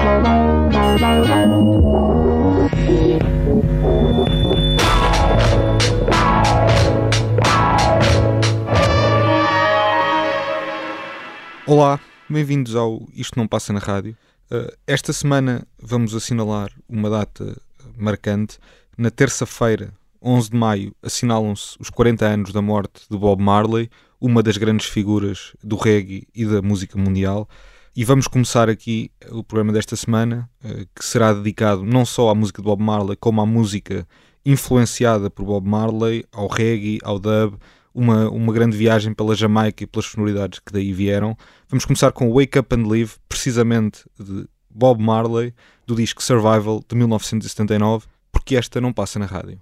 Olá, bem-vindos ao Isto Não Passa na Rádio. Esta semana vamos assinalar uma data marcante. Na terça-feira, 11 de maio, assinalam-se os 40 anos da morte de Bob Marley, uma das grandes figuras do reggae e da música mundial. E vamos começar aqui o programa desta semana, que será dedicado não só à música de Bob Marley, como à música influenciada por Bob Marley, ao reggae, ao dub, uma grande viagem pela Jamaica e pelas sonoridades que daí vieram. Vamos começar com Wake Up and Live, precisamente de Bob Marley, do disco Survival de 1979, porque esta não passa na rádio.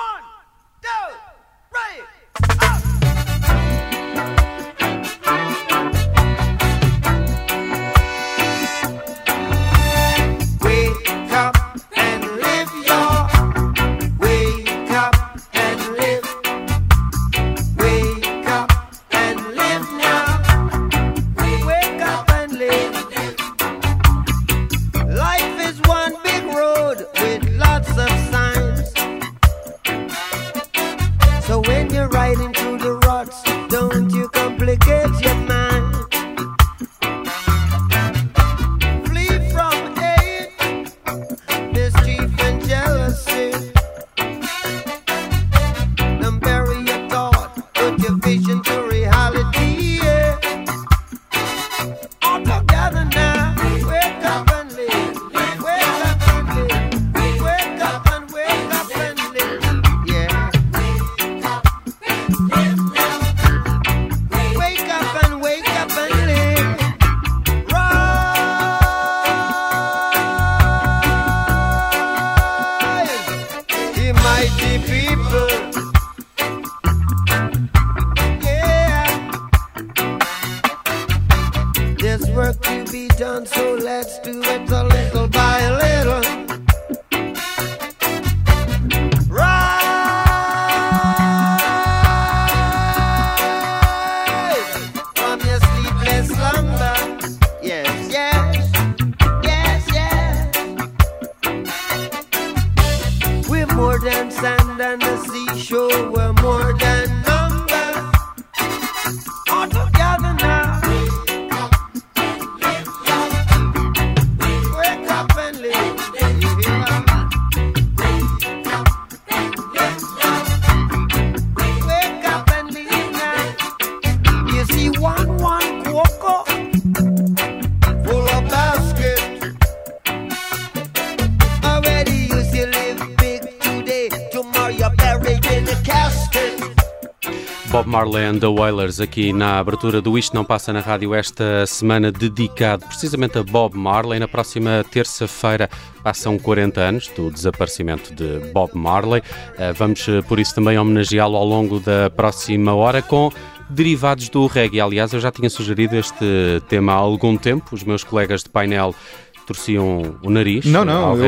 Bob Marley and the Wailers aqui na abertura do Isto Não Passa na Rádio esta semana, dedicado precisamente a Bob Marley. Na próxima terça-feira passam 40 anos do desaparecimento de Bob Marley. Vamos por isso também homenageá-lo ao longo da próxima hora com derivados do reggae. Aliás, eu já tinha sugerido este tema há algum tempo. Os meus colegas de painel torciam o nariz. Não,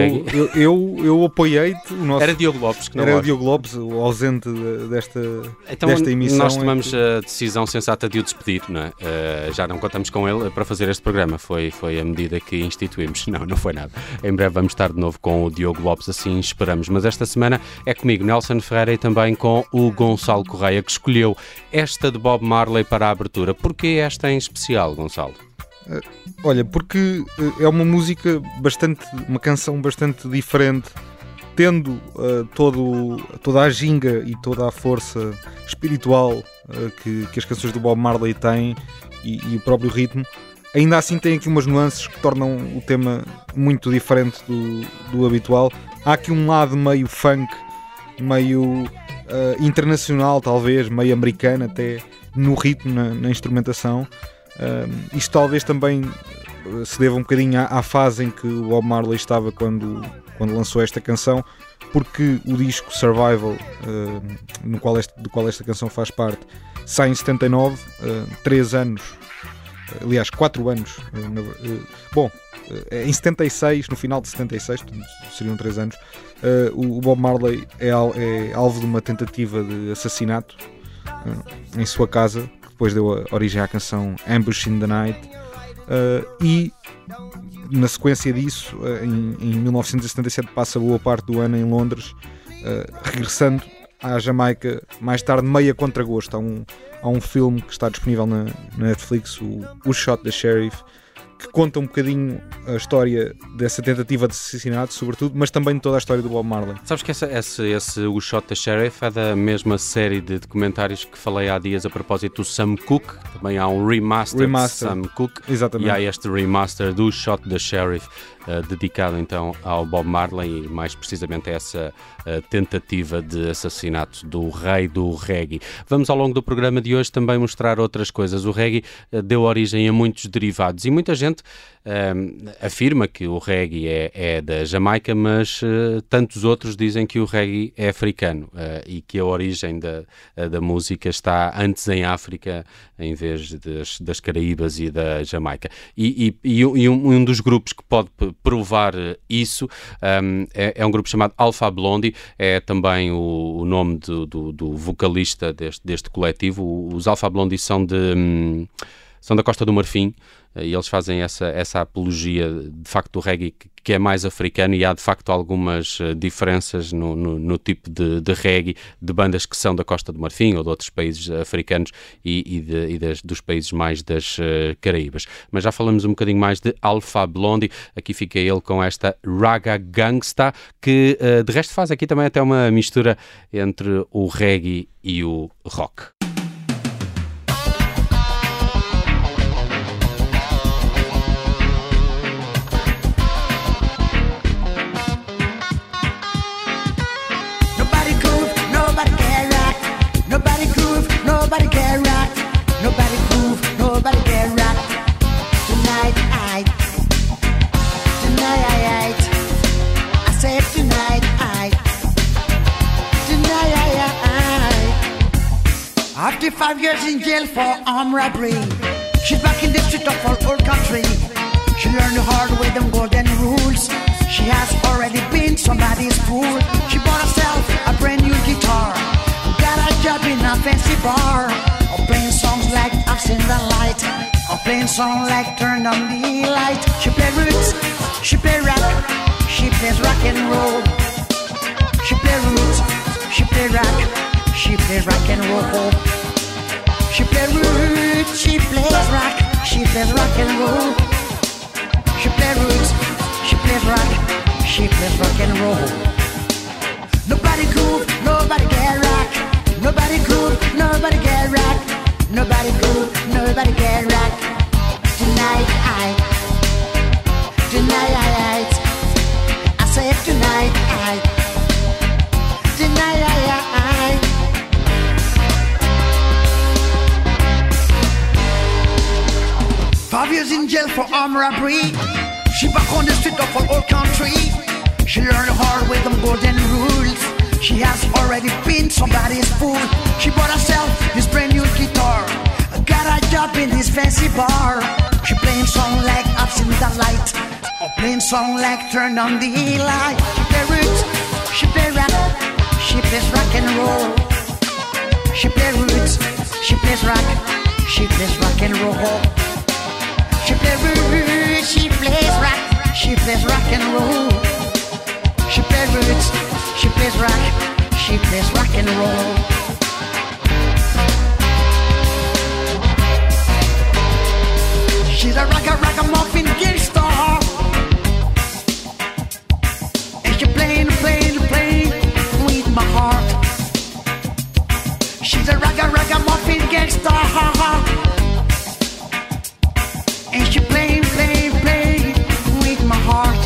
eu apoiei-te. Era Diogo Lopes que não era gosta. o Diogo Lopes, o ausente desta emissão. Nós tomamos a decisão sensata de o despedir, não é? Já não contamos com ele para fazer este programa. Foi a medida que instituímos. Não foi nada. Em breve vamos estar de novo com o Diogo Lopes, assim esperamos. Mas esta semana é comigo, Nelson Ferreira, e também com o Gonçalo Correia, que escolheu esta de Bob Marley para a abertura. Porquê esta em especial, Gonçalo? Olha, porque é uma canção bastante diferente, tendo toda a ginga e toda a força espiritual que as canções do Bob Marley têm e o próprio ritmo. Ainda assim tem aqui umas nuances que tornam o tema muito diferente do habitual. Há aqui um lado meio funk, meio internacional talvez, meio americano até, no ritmo, na instrumentação. Isto talvez também se deva um bocadinho à fase em que o Bob Marley estava quando lançou esta canção, porque o disco Survival, do qual esta canção faz parte, sai em 79, 4 anos. Em 76, no final de 76, seriam 3 anos, o Bob Marley é alvo de uma tentativa de assassinato em sua casa, que depois deu origem à canção Ambush in the Night, e na sequência disso, em 1977 passa boa parte do ano em Londres, regressando à Jamaica mais tarde, meio a contragosto. Há um filme que está disponível na Netflix, o Shot the Sheriff, que conta um bocadinho a história dessa tentativa de assassinato, sobretudo, mas também de toda a história do Bob Marley. Sabes que o Shot the Sheriff é da mesma série de documentários que falei há dias a propósito do Sam Cooke. Também há um remaster de Sam Cooke. Exatamente. E há este remaster do Shot the Sheriff, dedicado então ao Bob Marley e mais precisamente a essa tentativa de assassinato do rei do reggae. Vamos ao longo do programa de hoje também mostrar outras coisas. O reggae deu origem a muitos derivados e muita gente afirma que o reggae é da Jamaica, mas tantos outros dizem que o reggae é africano e que a origem da música está antes em África em vez das Caraíbas e da Jamaica. E um dos grupos que pode provar isso é um grupo chamado Alpha Blondy, é também o nome do vocalista deste coletivo. Os Alpha Blondy são da Costa do Marfim, e eles fazem essa apologia de facto do reggae que é mais africano, e há de facto algumas diferenças no tipo de reggae de bandas que são da Costa do Marfim ou de outros países africanos e dos países mais das Caraíbas. Mas já falamos um bocadinho mais de Alpha Blondy. Aqui fica ele com esta Raga Gangsta, que de resto faz aqui também até uma mistura entre o reggae e o rock. Nobody can rock, nobody groove, nobody can rock. Tonight, I said tonight, 55 years in jail for armed robbery. She's back in the street of her old country. She learned the hard way, them golden rules. She has already been somebody's fool. She bought herself a brand new guitar, got a job in a fancy bar, or playing songs like I've seen the light, or playing songs like Turn on the Light. She play roots, she play rock, she plays rock and roll. She play roots, she play rock, she plays rock and roll. She play roots, she plays rock, she plays rock and roll. She play roots, she plays rock, she plays rock and roll. Nobody groove, nobody get rock. Nobody groove, nobody get rock. Nobody groove, nobody get rock. Tonight, I said tonight, tonight, 5 years in jail for armed robbery. She back on the street of her old country. She learned the hard way, them golden rules. She has already been somebody's fool. She bought herself this brand new guitar, got a job in this fancy bar. She playing song like I've seen the light, or playing song like Turn on the Light. She play roots, she play rap, she plays rock and roll. She play roots, she plays rock, she plays rock and roll. She play roots, she plays rock, she plays rock and roll. She play roots, she plays rock, she plays rock and roll. She's a ragamuffin gangster, and she playing with my heart. She's a ragamuffin gangster, and she playing with my heart.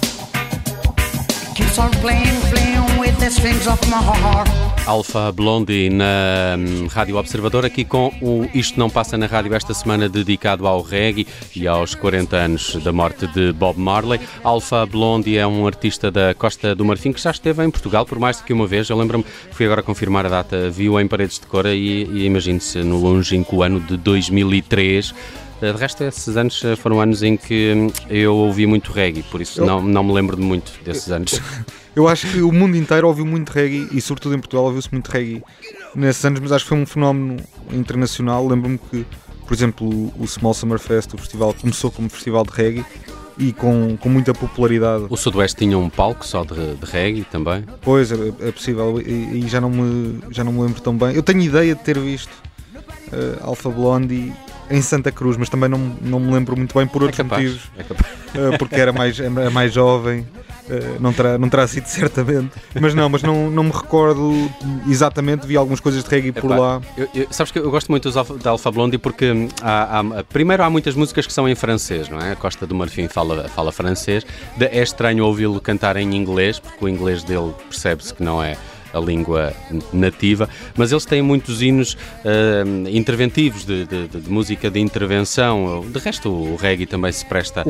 Keeps on playing with the strings of my heart. Alpha Blondy na Rádio Observador, aqui com o Isto Não Passa na Rádio esta semana, dedicado ao reggae e aos 40 anos da morte de Bob Marley. Alpha Blondy é um artista da Costa do Marfim que já esteve em Portugal por mais do que uma vez. Eu lembro-me, fui agora confirmar a data, viu em Paredes de Cora e imagine-se no longínquo ano de 2003. De resto, esses anos foram anos em que eu ouvi muito reggae, por isso não me lembro de muito desses anos. Eu acho que o mundo inteiro ouviu muito reggae e, sobretudo em Portugal, ouviu-se muito reggae nesses anos, mas acho que foi um fenómeno internacional. Lembro-me que, por por exemplo, o Small Summer Fest, o festival, começou como festival de reggae e com muita popularidade. O Sudoeste tinha um palco só de reggae também? Pois, é possível, e já não me lembro tão bem. Eu tenho ideia de ter visto Alpha Blondy em Santa Cruz, mas também não me lembro muito bem por outros motivos. Porque era mais jovem. Não terá sido certamente, mas não me recordo exatamente, vi algumas coisas de reggae por lá. Sabes que eu gosto muito da Alpha Blondy porque primeiro há muitas músicas que são em francês, não é? A Costa do Marfim fala francês, é estranho ouvi-lo cantar em inglês, porque o inglês dele percebe-se que não é a língua nativa, mas eles têm muitos hinos interventivos, de música de intervenção. De resto, o reggae também se presta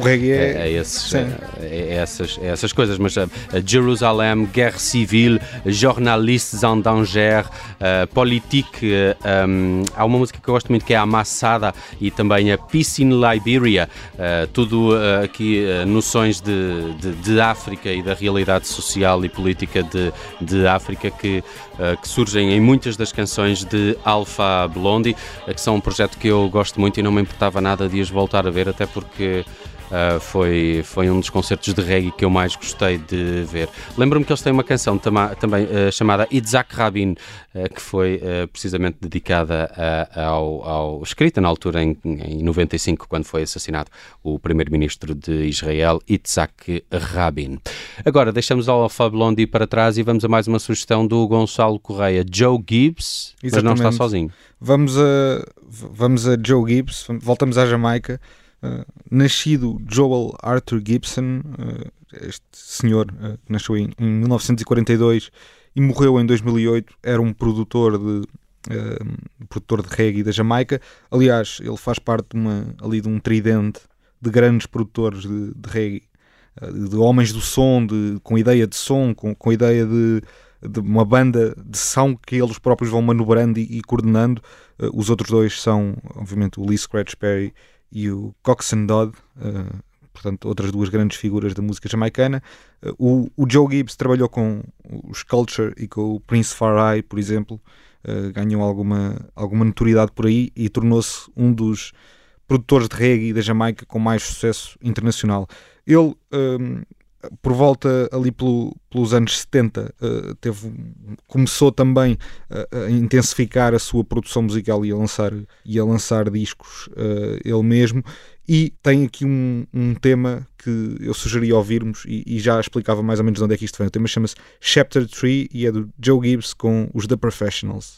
a essas coisas, mas a Jerusalem, Guerre Civile, Journalistes en Danger, Politique, há uma música que eu gosto muito que é a Amassada, e também a Peace in Liberia, tudo aqui noções de África e da realidade social e política de África que surgem em muitas das canções de Alpha Blondy, que são um projeto que eu gosto muito e não me importava nada de as voltar a ver, até porque foi um dos concertos de reggae que eu mais gostei de ver. Lembro-me que eles têm uma canção também chamada Itzhak Rabin, que foi precisamente dedicada escrita na altura em 95, quando foi assassinado o primeiro-ministro de Israel, Itzhak Rabin. Agora deixamos a Alpha Blondy para trás e vamos a mais uma sugestão do Gonçalo Correia, Joe Gibbs. Exatamente. Mas não está sozinho. Vamos a Joe Gibbs, voltamos à Jamaica. Nascido Joel Arthur Gibson, este senhor nasceu em 1942 e morreu em 2008, era um produtor de reggae da Jamaica. Aliás, ele faz parte de um tridente de grandes produtores de reggae, de homens do som, com ideia de som, com ideia de uma banda de som que eles próprios vão manobrando e coordenando. Os outros dois são, obviamente, o Lee Scratch Perry e o Coxsone Dodd, portanto, outras duas grandes figuras da música jamaicana. O Joe Gibbs trabalhou com os Culture e com o Prince Far I, por exemplo, ganhou alguma notoriedade por aí e tornou-se um dos produtores de reggae da Jamaica com mais sucesso internacional. Ele, por volta ali pelos anos 70, começou também a intensificar a sua produção musical e a lançar discos ele mesmo, e tem aqui um tema que eu sugeria ouvirmos e já explicava mais ou menos de onde é que isto vem. O tema chama-se Chapter 3 e é do Joe Gibbs com os The Professionals.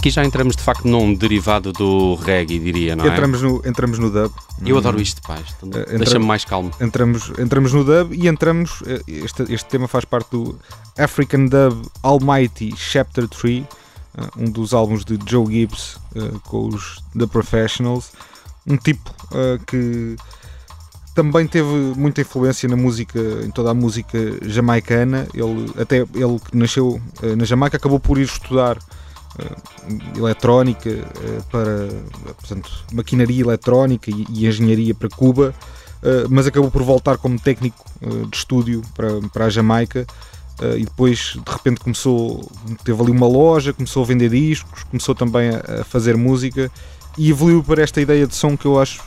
Aqui já entramos de facto num derivado do reggae, diria, não é? Entramos no dub. Eu adoro isto, pá. Deixa-me mais calmo. Entramos no dub e entramos. Este tema faz parte do African Dub Almighty Chapter 3, um dos álbuns de Joe Gibbs com os The Professionals. Um tipo que também teve muita influência na música, em toda a música jamaicana. Ele que nasceu na Jamaica, acabou por ir estudar eletrónica portanto, maquinaria eletrónica e engenharia para Cuba, mas acabou por voltar como técnico de estúdio para a Jamaica, e depois de repente teve ali uma loja, começou a vender discos, começou também a fazer música e evoluiu para esta ideia de som que eu acho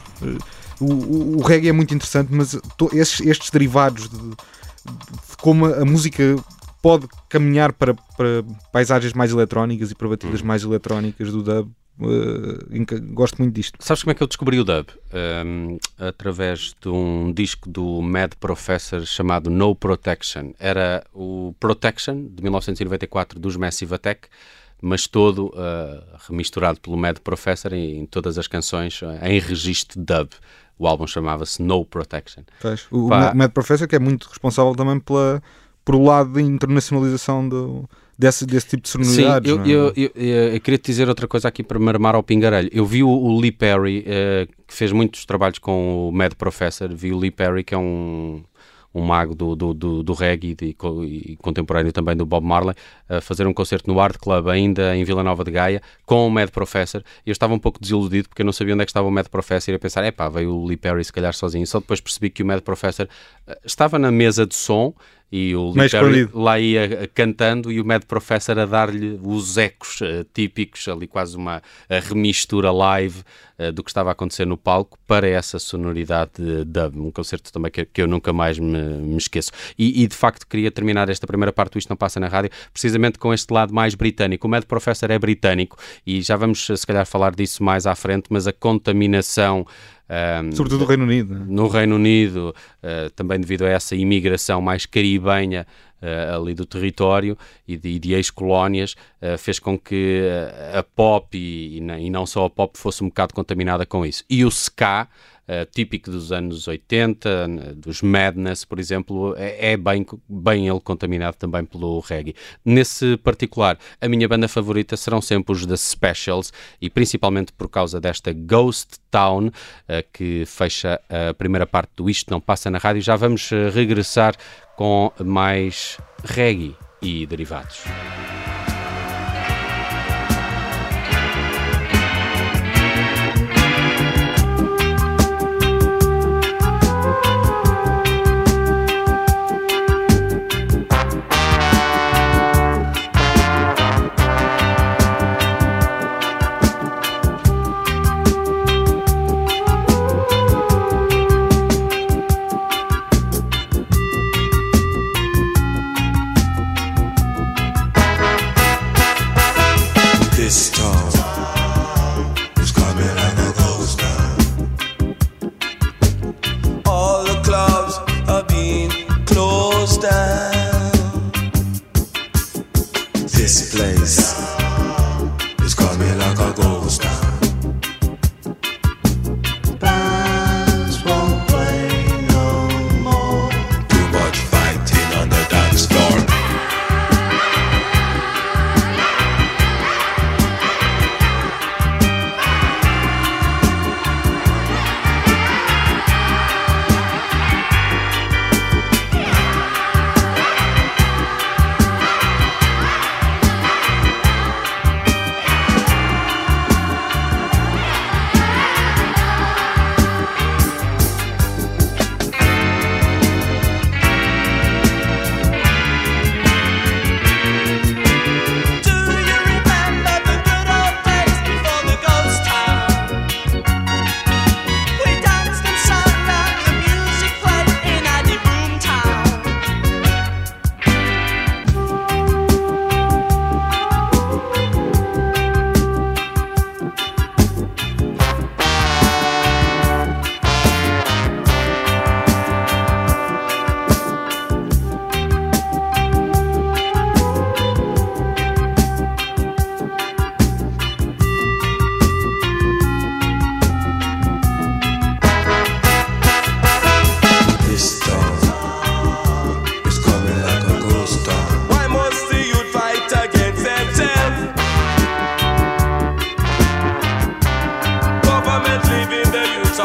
o reggae é muito interessante, mas estes derivados de como a música pode caminhar para paisagens mais eletrónicas e para batidas mais eletrónicas do dub. Gosto muito disto. Sabes como é que eu descobri o dub? Através de um disco do Mad Professor chamado No Protection. Era o Protection, de 1994, dos Massive Attack, mas todo remisturado pelo Mad Professor em todas as canções em registro dub. O álbum chamava-se No Protection. O Mad Professor, que é muito responsável também por o lado de internacionalização desse tipo de sonoridades. Sim, eu queria te dizer outra coisa aqui para me armar ao pingarelho. Eu vi o Lee Perry, que fez muitos trabalhos com o Mad Professor. Vi o Lee Perry, que é um mago do reggae e contemporâneo também do Bob Marley, a fazer um concerto no Art Club ainda em Vila Nova de Gaia com o Mad Professor. Eu estava um pouco desiludido porque eu não sabia onde é que estava o Mad Professor e ia pensar, veio o Lee Perry se calhar sozinho. Só depois percebi que o Mad Professor estava na mesa de som e o Lee Perry lá ia cantando e o Mad Professor a dar-lhe os ecos típicos, ali quase uma remistura live do que estava a acontecer no palco para essa sonoridade de dub. Um concerto também que eu nunca mais me esqueço. E de facto queria terminar esta primeira parte do Isto Não Passa na Rádio precisamente com este lado mais britânico. O Mad Professor é britânico e já vamos se calhar falar disso mais à frente, mas a contaminação sobretudo no Reino Unido. No Reino Unido, também devido a essa imigração mais caribenha ali do território e de ex-colónias, fez com que a pop e não só a pop fosse um bocado contaminada com isso. E o ska, típico dos anos 80, dos Madness, por exemplo, é bem ele contaminado também pelo reggae. Nesse particular, a minha banda favorita serão sempre os The Specials, e principalmente por causa desta Ghost Town, que fecha a primeira parte do Isto Não Passa na Rádio. Já vamos regressar com mais reggae e derivados.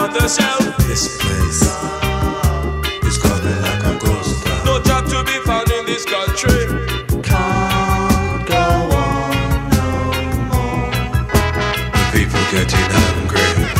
about yourself. This place is coming like a ghost town. No job to be found in this country. Can't go on no more. The people getting hungry.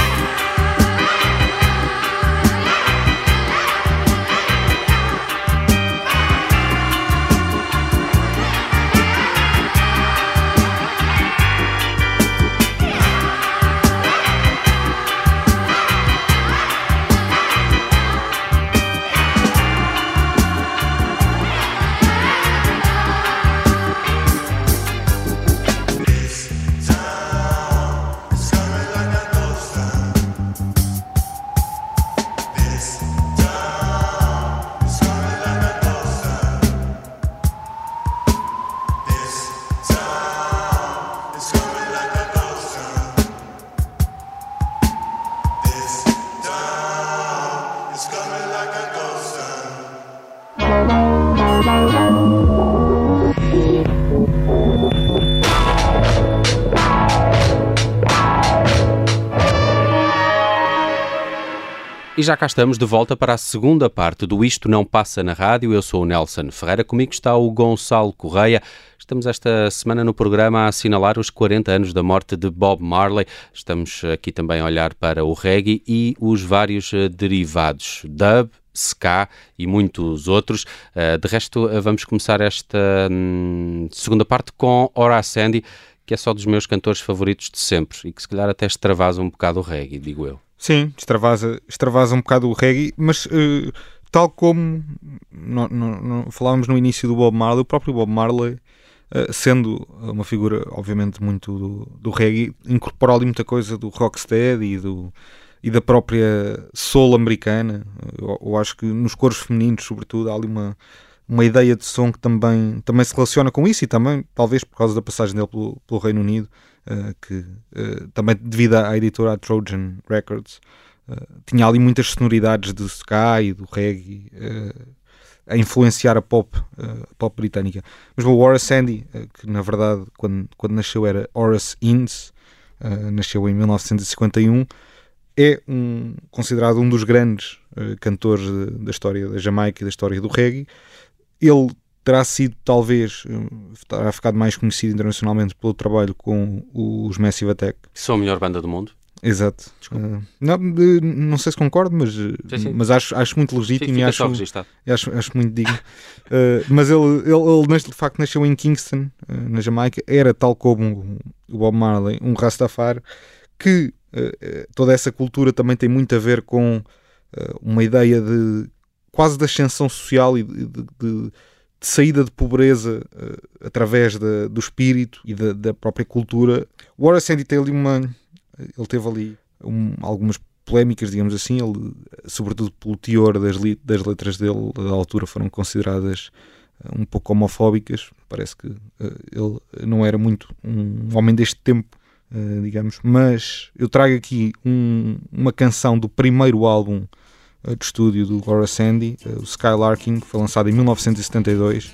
E já cá estamos de volta para a segunda parte do Isto Não Passa na Rádio. Eu sou o Nelson Ferreira, comigo está o Gonçalo Correia. Estamos esta semana no programa a assinalar os 40 anos da morte de Bob Marley. Estamos aqui também a olhar para o reggae e os vários derivados, dub, ska e muitos outros. De resto, vamos começar esta segunda parte com Horace Andy, que é só dos meus cantores favoritos de sempre e que se calhar até extravasa um bocado o reggae, digo eu. Sim, extravasa um bocado o reggae, mas tal como falávamos no início do Bob Marley, o próprio Bob Marley, sendo uma figura obviamente muito do reggae, incorporou ali muita coisa do rocksteady e da própria soul americana. Eu acho que nos coros femininos, sobretudo, há ali uma ideia de som que também se relaciona com isso, e também, talvez por causa da passagem dele pelo Reino Unido, que também devido à editora Trojan Records, tinha ali muitas sonoridades de ska e do reggae a influenciar a pop britânica. Mas o Horace Andy, que na verdade quando nasceu era Horace Innes, nasceu em 1951, é considerado um dos grandes cantores da história da Jamaica e da história do reggae. Ele terá ficado mais conhecido internacionalmente pelo trabalho com os Massive Attack. São a melhor banda do mundo? Exato. Não sei se concordo, mas acho muito legítimo, e acho muito digno. Mas ele de facto nasceu em Kingston, na Jamaica. Era, tal como o Bob Marley, um Rastafari, que toda essa cultura também tem muito a ver com uma ideia de quase de ascensão social e de saída de pobreza através do espírito e da própria cultura. O Horace Andy ele teve ali algumas polémicas, digamos assim. Ele, sobretudo pelo teor das letras dele, da altura, foram consideradas um pouco homofóbicas. Parece que ele não era muito um homem deste tempo, digamos. Mas eu trago aqui uma canção do primeiro álbum de estúdio do Horace Andy, o Skylarking, que foi lançado em 1972.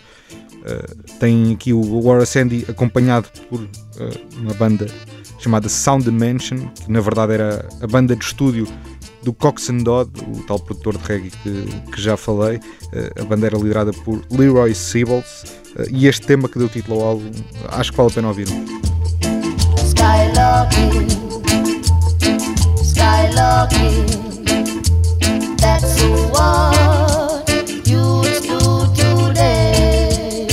Tem aqui o Horace Andy acompanhado por uma banda chamada Sound Dimension, que na verdade era a banda de estúdio do Cox and Dodd, o tal produtor de reggae que já falei. A banda era liderada por Leroy Sibbles, e este tema que deu título ao álbum, acho que vale a pena ouvir. Skylarking, Skylarking, that's what you do today.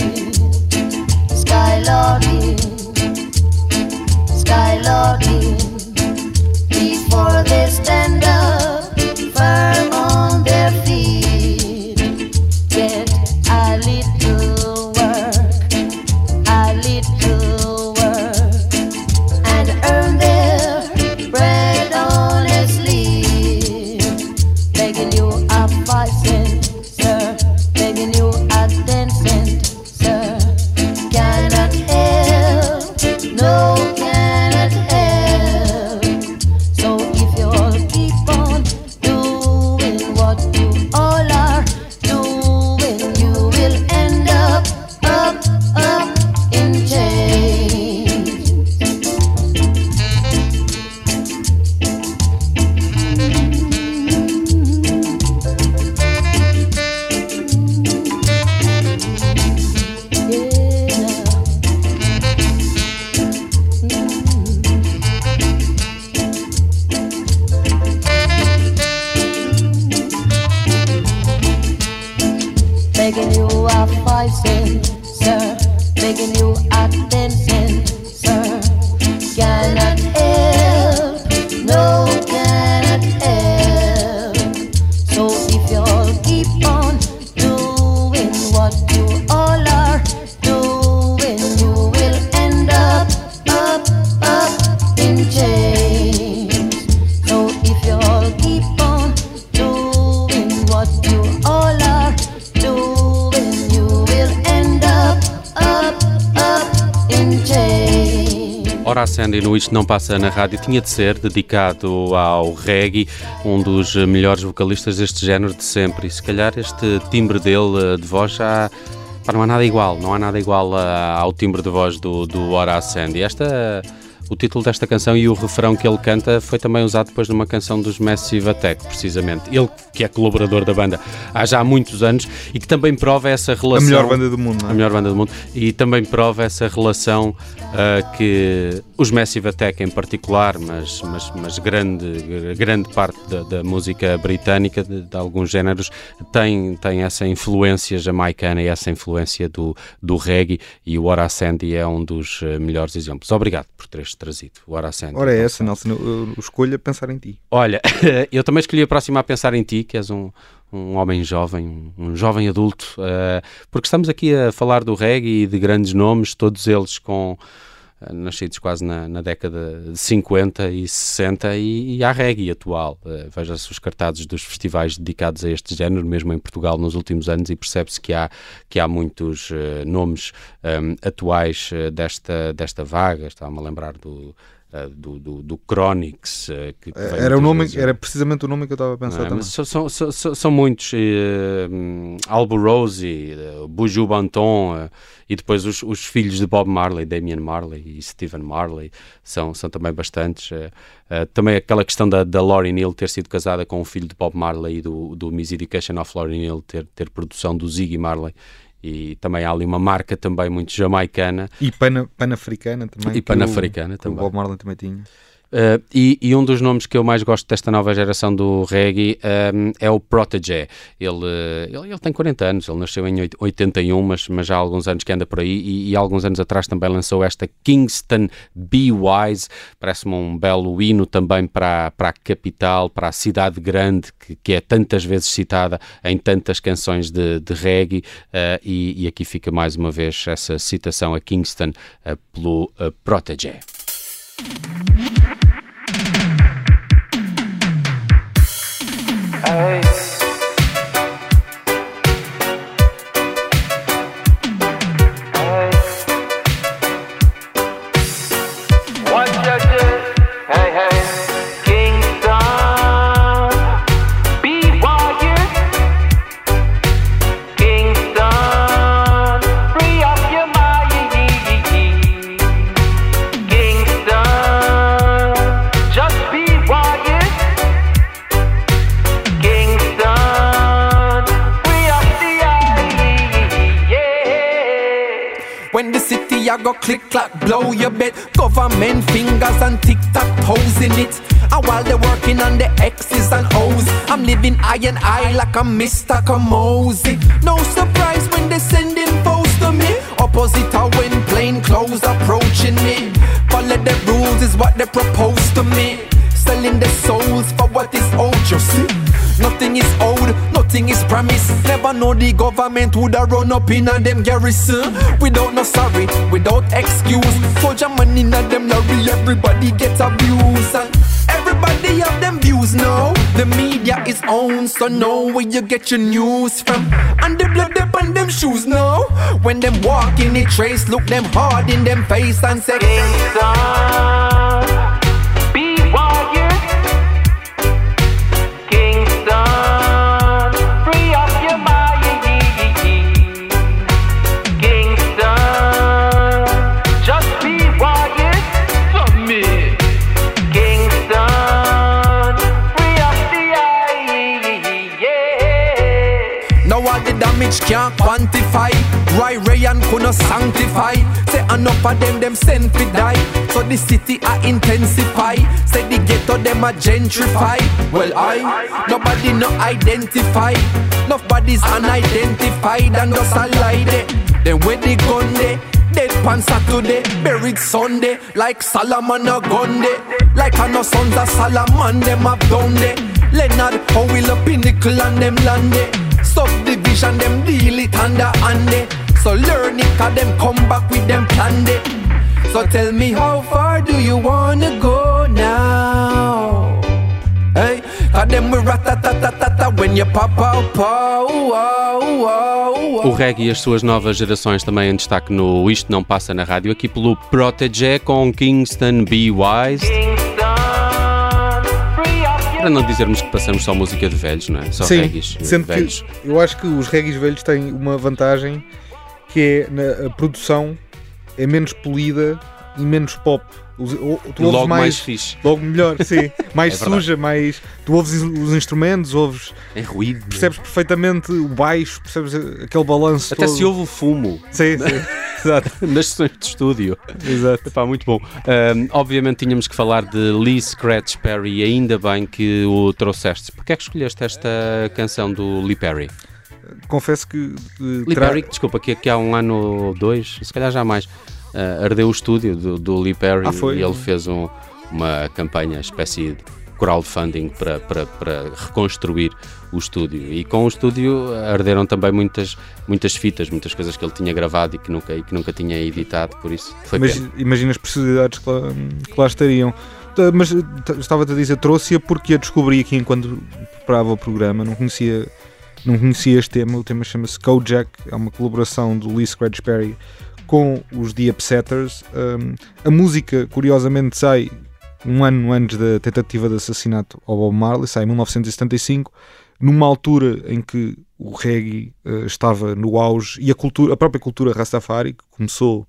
Skylarking, Skylarking, before they stand up firm on their feet, get a little work, and earn their bread honestly. begging you a 5 cents, sir, begging you a 10 cents, sir. Cannot help, no, cannot help. So if you all keep on doing what you all are doing, you will end up in chains. So if you all keep on doing what you all are doing, you will end up in chains. Horace Andy no Isto Não Passa na Rádio tinha de ser dedicado ao reggae, um dos melhores vocalistas deste género de sempre, e se calhar este timbre dele de voz já não há nada igual, ao timbre de voz do Horace Andy. O título desta canção e o refrão que ele canta foi também usado depois numa canção dos Massive Attack, precisamente. Ele, que é colaborador da banda há já muitos anos e que também prova essa relação... A melhor banda do mundo, não é? A melhor banda do mundo. E também prova essa relação que os Massive Attack em particular, mas grande parte da música britânica, de alguns géneros, tem essa influência jamaicana e essa influência do reggae, e o Horace Andy é um dos melhores exemplos. Obrigado por teres trazido o Horace Andy. Ora é essa, Nelson, eu escolho a pensar em ti. Olha, eu também escolhi a próxima a pensar em ti, que és um homem jovem, um jovem adulto, porque estamos aqui a falar do reggae e de grandes nomes, todos eles nascidos quase na década de 50 e 60, e há reggae atual. Veja-se os cartazes dos festivais dedicados a este género, mesmo em Portugal nos últimos anos, e percebe-se que há muitos nomes atuais desta vaga. Estava-me a lembrar do Chronix, que era precisamente o nome que eu estava a pensar também. São muitos, Albo Rose, Buju Banton, e depois os filhos de Bob Marley, Damian Marley e Stephen Marley, são também bastantes. Também aquela questão da Lauryn Hill ter sido casada com o filho de Bob Marley e do Miseducation of Lauryn Hill ter produção do Ziggy Marley. E também há ali uma marca também muito jamaicana. E pan-africana também. E pan-africana também. O Bob Marley também tinha. E um dos nomes que eu mais gosto desta nova geração do reggae é o Protégé. Ele tem 40 anos, ele nasceu em 81, mas já há alguns anos que anda por aí, e alguns anos atrás também lançou esta Kingston Be Wise. Parece-me um belo hino também para a capital, para a cidade grande, que é tantas vezes citada em tantas canções de reggae, e aqui fica mais uma vez essa citação a Kingston pelo Protégé. Hey. Hey. What you do? Hey, hey. Kingston, be warrior. Kingston, free up your mind. Kingston, just be warrior. When the city I go click clack blow your bed, government fingers and tic-tac toes in it. And while they're working on the X's and O's, I'm living eye and eye like I'm Mr. Kamosi. No surprise when they sending foes to me. Opposite are when plain clothes approaching me. Follow the rules is what they propose to me. Selling their souls for what is owed, you see. Nothing is owed, nothing is promised. Never know the government woulda run up in a them garrison without no sorry, without excuse. Soldier money in a them lorry, everybody gets abused, and everybody have them views now. The media is owned, so know where you get your news from. And the blood up on them shoes now. When them walk in the trace, look them hard in them face and say, Kingston, be warrior. Kingston, free up your mind. Kingston, just be warrior for me. Kingston, free up the eye, yeah. now all the damage knowledge can't quantify. Ray and couldn't sanctify. Say enough of them sent to die. So the city I intensify. Say the ghetto them a gentrify. Well nobody no identify. Nobody's unidentified and just a lie there. Then where the gun there? Dead pan Saturday, buried Sunday. Like Solomon a gun day. Like a no sons of Solomon them have done day. Leonard Howell a pinnacle and them land day. Subdivision them deal it under hand. So learn it cause them come back with them plan day. So tell me how far do you wanna go now? Hey, cause them we rat-a-tat-tat-tat when you pop out, O reggae e as suas novas gerações também em destaque no Isto Não Passa na Rádio, aqui pelo Protégé com Kingston Be Wise. Para não dizermos que passamos só música de velhos, não é? Só reggaes sendo velhos. Que eu acho que os reggaes velhos têm uma vantagem, que é a produção é menos polida e menos pop. Tu logo mais fixe. Logo melhor, sim. Mais suja, mais... Tu ouves os instrumentos, ouves... É ruído. Percebes perfeitamente o baixo, percebes aquele balanço até todo. se ouve o fumo. Sim. Exato. Nas sessões de estúdio. Exato. Epá, muito bom. Obviamente tínhamos que falar de Lee Scratch Perry, ainda bem que o trouxeste. Porquê é que escolheste esta canção do Lee Perry? Confesso que... Lee Perry, desculpa, que há um ano ou dois, se calhar já mais, ardeu o estúdio do Lee Perry e ele fez uma campanha, espécie de crowdfunding para reconstruir o estúdio. E com o estúdio arderam também muitas fitas, muitas coisas que ele tinha gravado e que nunca tinha editado, por isso foi pena. Imagina as possibilidades que lá estariam. Mas estava-te a dizer, trouxe-a porque a descobri aqui enquanto preparava o programa, não conhecia este tema. O tema chama-se Kojak, é uma colaboração do Lee Scratch Perry com os The Upsetters. A música, curiosamente, sai um ano antes da tentativa de assassinato ao Bob Marley, sai em 1975, numa altura em que o reggae estava no auge e a própria cultura Rastafari, que começou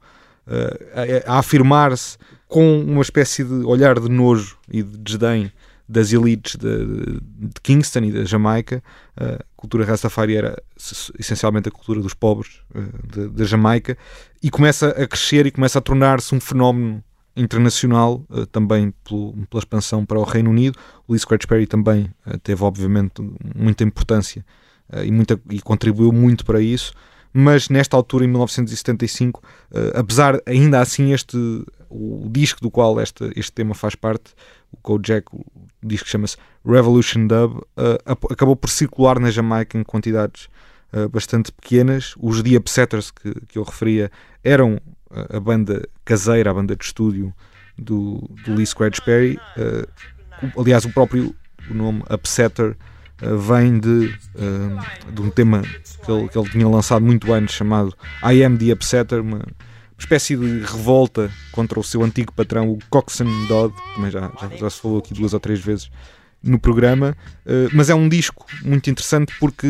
a afirmar-se com uma espécie de olhar de nojo e de desdém das elites de Kingston e da Jamaica. A cultura Rastafari era essencialmente a cultura dos pobres da Jamaica, e começa a crescer e começa a tornar-se um fenómeno internacional, também pela expansão para o Reino Unido. O Lee Scratch Perry também teve obviamente muita importância e contribuiu muito para isso, mas nesta altura, em 1975, apesar ainda assim o disco do qual este tema faz parte, o Kojak, o disco que chama-se Revolution Dub, acabou por circular na Jamaica em quantidades bastante pequenas. Os The Upsetters que eu referia eram a banda caseira, a banda de estúdio do Lee Scratch Perry. Aliás, o nome Upsetter vem de um tema que ele tinha lançado muito antes, chamado I Am The Upsetter, uma espécie de revolta contra o seu antigo patrão, o Coxsone Dodd, também já se falou aqui 2 ou 3 vezes no programa. Mas é um disco muito interessante porque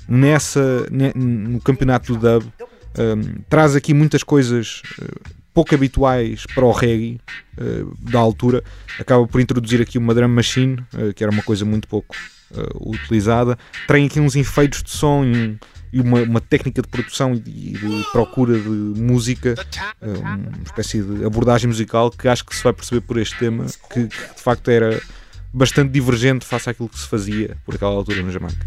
no campeonato do dub traz aqui muitas coisas pouco habituais para o reggae da altura. Acaba por introduzir aqui uma drum machine, que era uma coisa muito pouco utilizada. Tem aqui uns efeitos de som e uma técnica de produção e de procura de música, uma espécie de abordagem musical que acho que se vai perceber por este tema, que de facto era bastante divergente face àquilo que se fazia por aquela altura na Jamaica.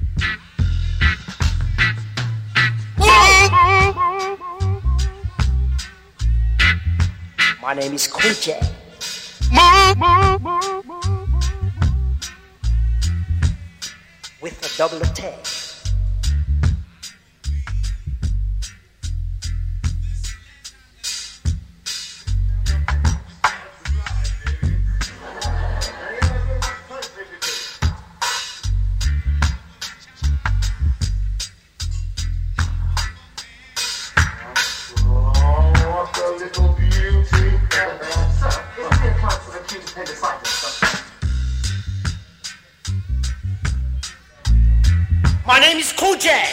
My name is Kojak. With a double attack. My name is Kojak.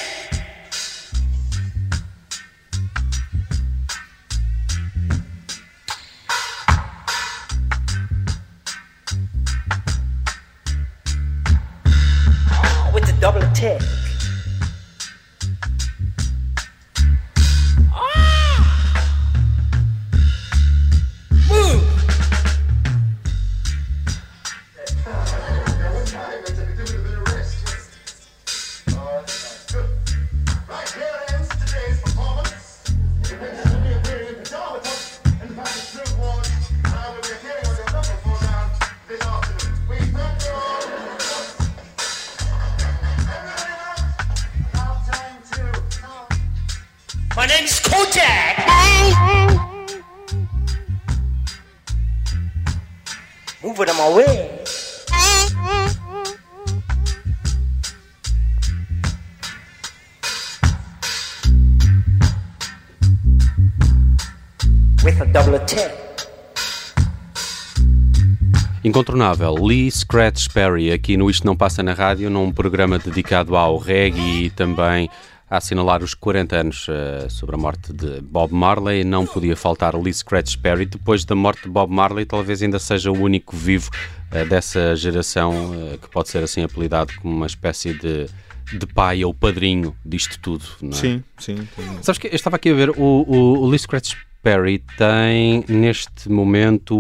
With the double attack. name is Kojak. Move it on my way. With a double attack. Incontornável, Lee Scratch Perry, aqui no Isto Não Passa na Rádio, num programa dedicado ao reggae e também a assinalar os 40 anos sobre a morte de Bob Marley. Não podia faltar Lee Scratch Perry. Depois da morte de Bob Marley, talvez ainda seja o único vivo dessa geração que pode ser assim apelidado como uma espécie de pai ou padrinho disto tudo, não é? Sim. Sabes que eu estava aqui a ver, o Lee Scratch Perry tem neste momento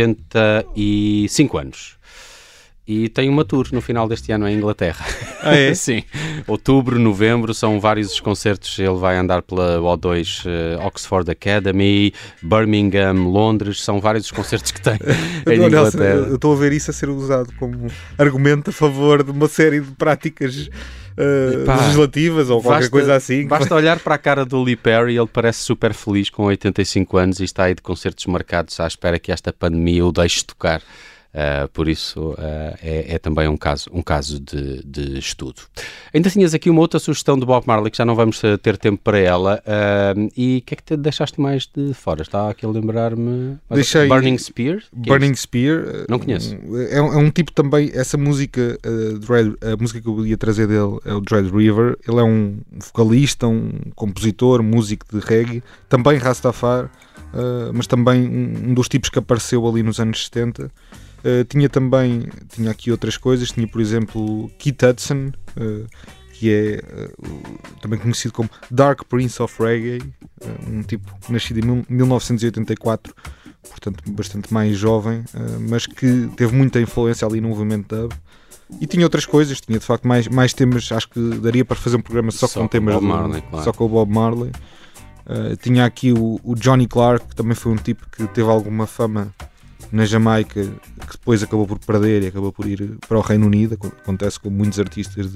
85 anos e tem uma tour no final deste ano em Inglaterra. Ah, é? Sim, outubro, novembro, são vários os concertos. Ele vai andar pela O2 Oxford Academy, Birmingham, Londres, são vários os concertos que tem em Inglaterra. Eu estou a ver isso a ser usado como argumento a favor de uma série de práticas legislativas ou qualquer coisa assim. Basta olhar para a cara do Lee Perry, ele parece super feliz com 85 anos e está aí de concertos marcados à espera que esta pandemia o deixe tocar. Por isso é também um caso de estudo. Ainda tinhas aqui uma outra sugestão de Bob Marley que já não vamos ter tempo para ela. E o que é que te deixaste mais de fora? Estava aqui a lembrar-me. Deixei Burning Spear? Burning Spear. Não conheço. É um tipo também. Essa música, a música que eu ia trazer dele é o Dread River. Ele é um vocalista, um compositor, músico de reggae, também Rastafari, mas também um dos tipos que apareceu ali nos anos 70. Tinha aqui outras coisas. Tinha, por exemplo, Keith Hudson, que é também conhecido como Dark Prince of Reggae, um tipo nascido em 1984, portanto bastante mais jovem, mas que teve muita influência ali no movimento dub. E tinha outras coisas, tinha de facto mais temas. Acho que daria para fazer um programa só com temas Bob Marley, claro. Só com o Bob Marley. Tinha aqui o Johnny Clark, que também foi um tipo que teve alguma fama na Jamaica, que depois acabou por perder e acabou por ir para o Reino Unido. Acontece com muitos artistas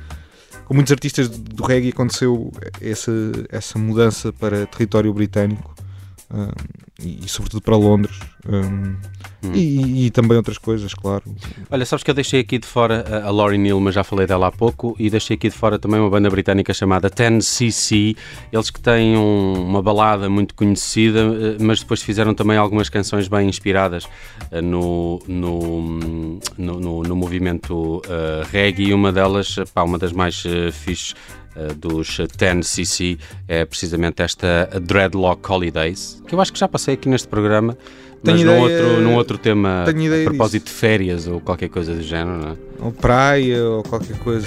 do reggae. Aconteceu essa mudança para território britânico, e sobretudo para Londres, e também outras coisas, claro. Olha, sabes que eu deixei aqui de fora a Lauryn Hill, mas já falei dela há pouco, e deixei aqui de fora também uma banda britânica chamada 10cc. Eles que têm uma balada muito conhecida, mas depois fizeram também algumas canções bem inspiradas no movimento reggae, e uma delas, uma das mais fixes dos 10cc é precisamente esta Dreadlock Holidays, que eu acho que já passei aqui neste programa, mas num outro tema, a propósito de férias ou qualquer coisa do género, não é? Ou praia ou qualquer coisa.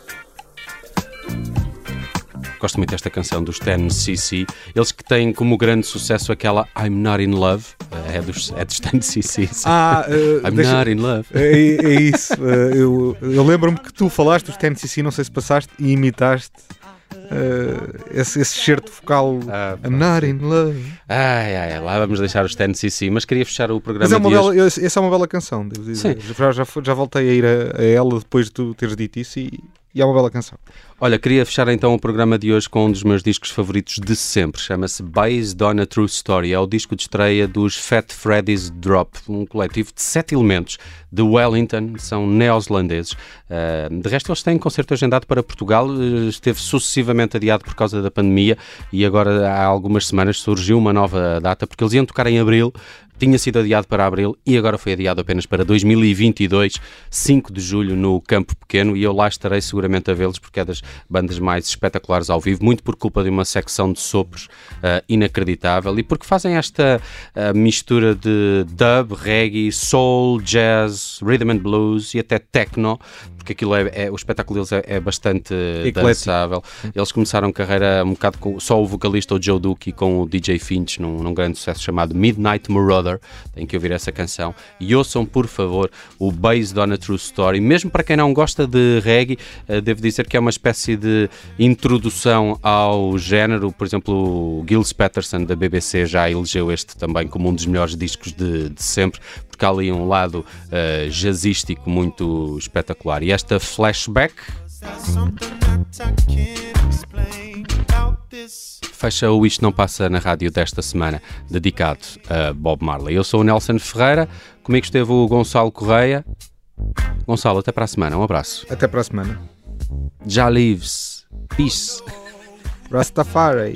Gosto muito desta canção dos 10cc. Eles que têm como grande sucesso aquela I'm Not In Love, é dos 10cc. I'm Not In Love. É isso. Eu lembro-me que tu falaste dos 10cc, não sei se passaste e imitaste esse excerto vocal. I'm Not In Love. Lá vamos deixar os 10cc, mas queria fechar o programa. Mas essa é uma bela canção, devo dizer. Já voltei a ir a ela depois de tu teres dito isso, e é uma bela canção. Olha, queria fechar então o programa de hoje com um dos meus discos favoritos de sempre. Chama-se Based on a True Story. É o disco de estreia dos Fat Freddy's Drop, um coletivo de 7 elementos de Wellington, são neozelandeses. De resto, eles têm concerto agendado para Portugal, esteve sucessivamente adiado por causa da pandemia, e agora há algumas semanas surgiu uma nova data, porque eles iam tocar em abril, tinha sido adiado para abril e agora foi adiado apenas para 2022, 5 de julho, no Campo Pequeno, e eu lá estarei seguramente a vê-los, porque é das bandas mais espetaculares ao vivo, muito por culpa de uma secção de sopros inacreditável, e porque fazem esta mistura de dub, reggae, soul, jazz, rhythm and blues e até techno, porque aquilo o espetáculo deles é bastante dançável. Eles começaram a carreira um bocado com só o vocalista, o Joe Duke, e com o DJ Finch, num grande sucesso chamado Midnight Marauder. Tem que ouvir essa canção e ouçam, por favor, o Based on a True Story. Mesmo para quem não gosta de reggae, devo dizer que é uma espécie de introdução ao género. Por exemplo, o Gilles Peterson da BBC já elegeu este também como um dos melhores discos de sempre, porque há ali um lado jazzístico muito espetacular. E esta Flashback fecha o Isto Não Passa na Rádio desta semana, dedicado a Bob Marley. Eu sou o Nelson Ferreira, comigo esteve o Gonçalo Correia. Gonçalo, até para a semana, um abraço. Até para a semana. Já lives. Peace. Rastafari.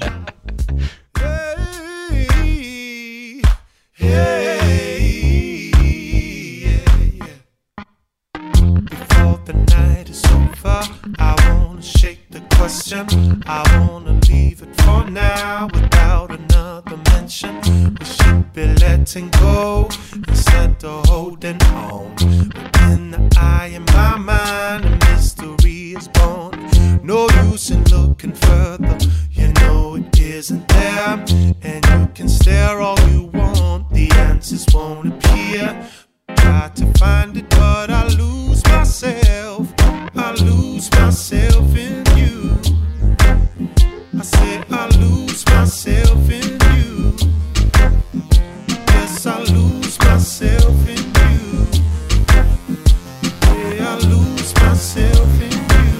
Before the night is over, I wanna shake the question. I wanna leave it for now without another mention. We should be letting go instead of holding on. But in the eye in my mind, a mystery is born. No use in looking further, you know it isn't there. And you can stare all you want, the answers won't appear. Try to find it, but I lose myself. I lose myself in you. I say I lose myself in you. Yes, I lose myself in you. Yeah, I lose myself in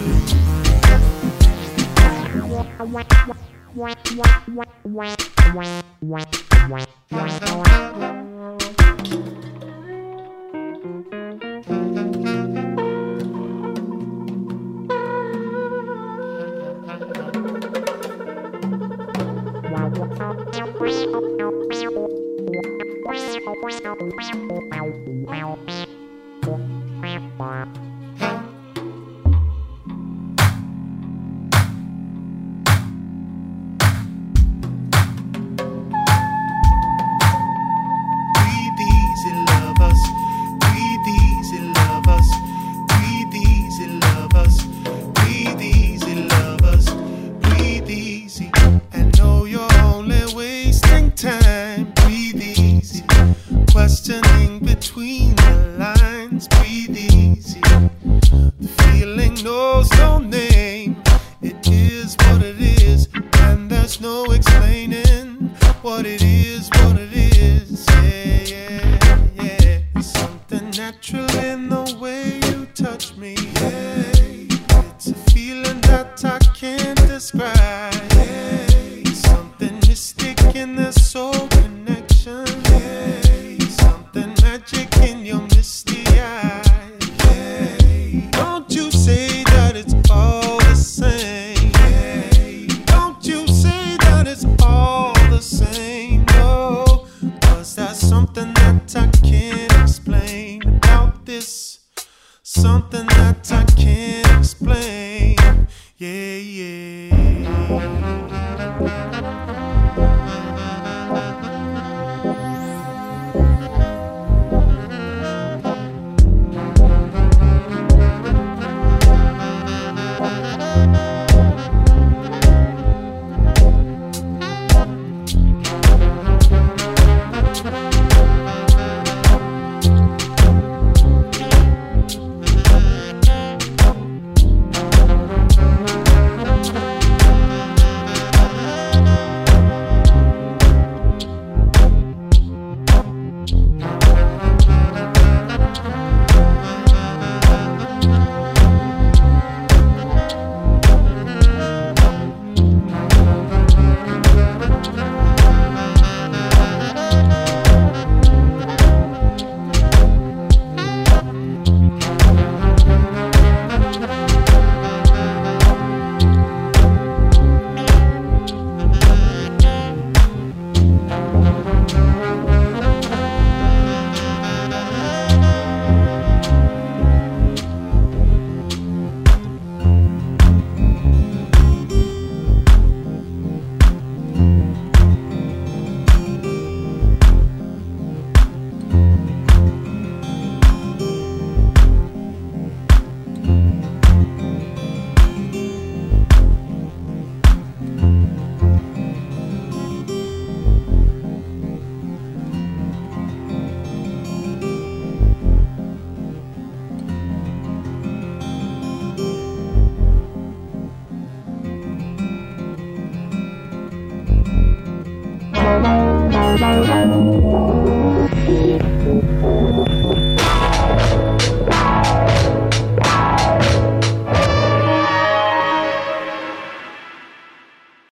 questioning between the lines. Breathe easy. The feeling knows no name. It is what it is, and there's no explaining what it is, what it is. Yeah, yeah, yeah. There's something natural in the way you touch me. Yeah, it's a feeling that I can't describe. Yeah, something mystic in the soul connection. Yeah. Magic in your misty eyes. Yeah. Don't you say that it's all the same. Yeah. Don't you say that it's all the same. No, 'cause that's something that I can't explain about this. Something that I can't explain. Yeah, yeah. Bye.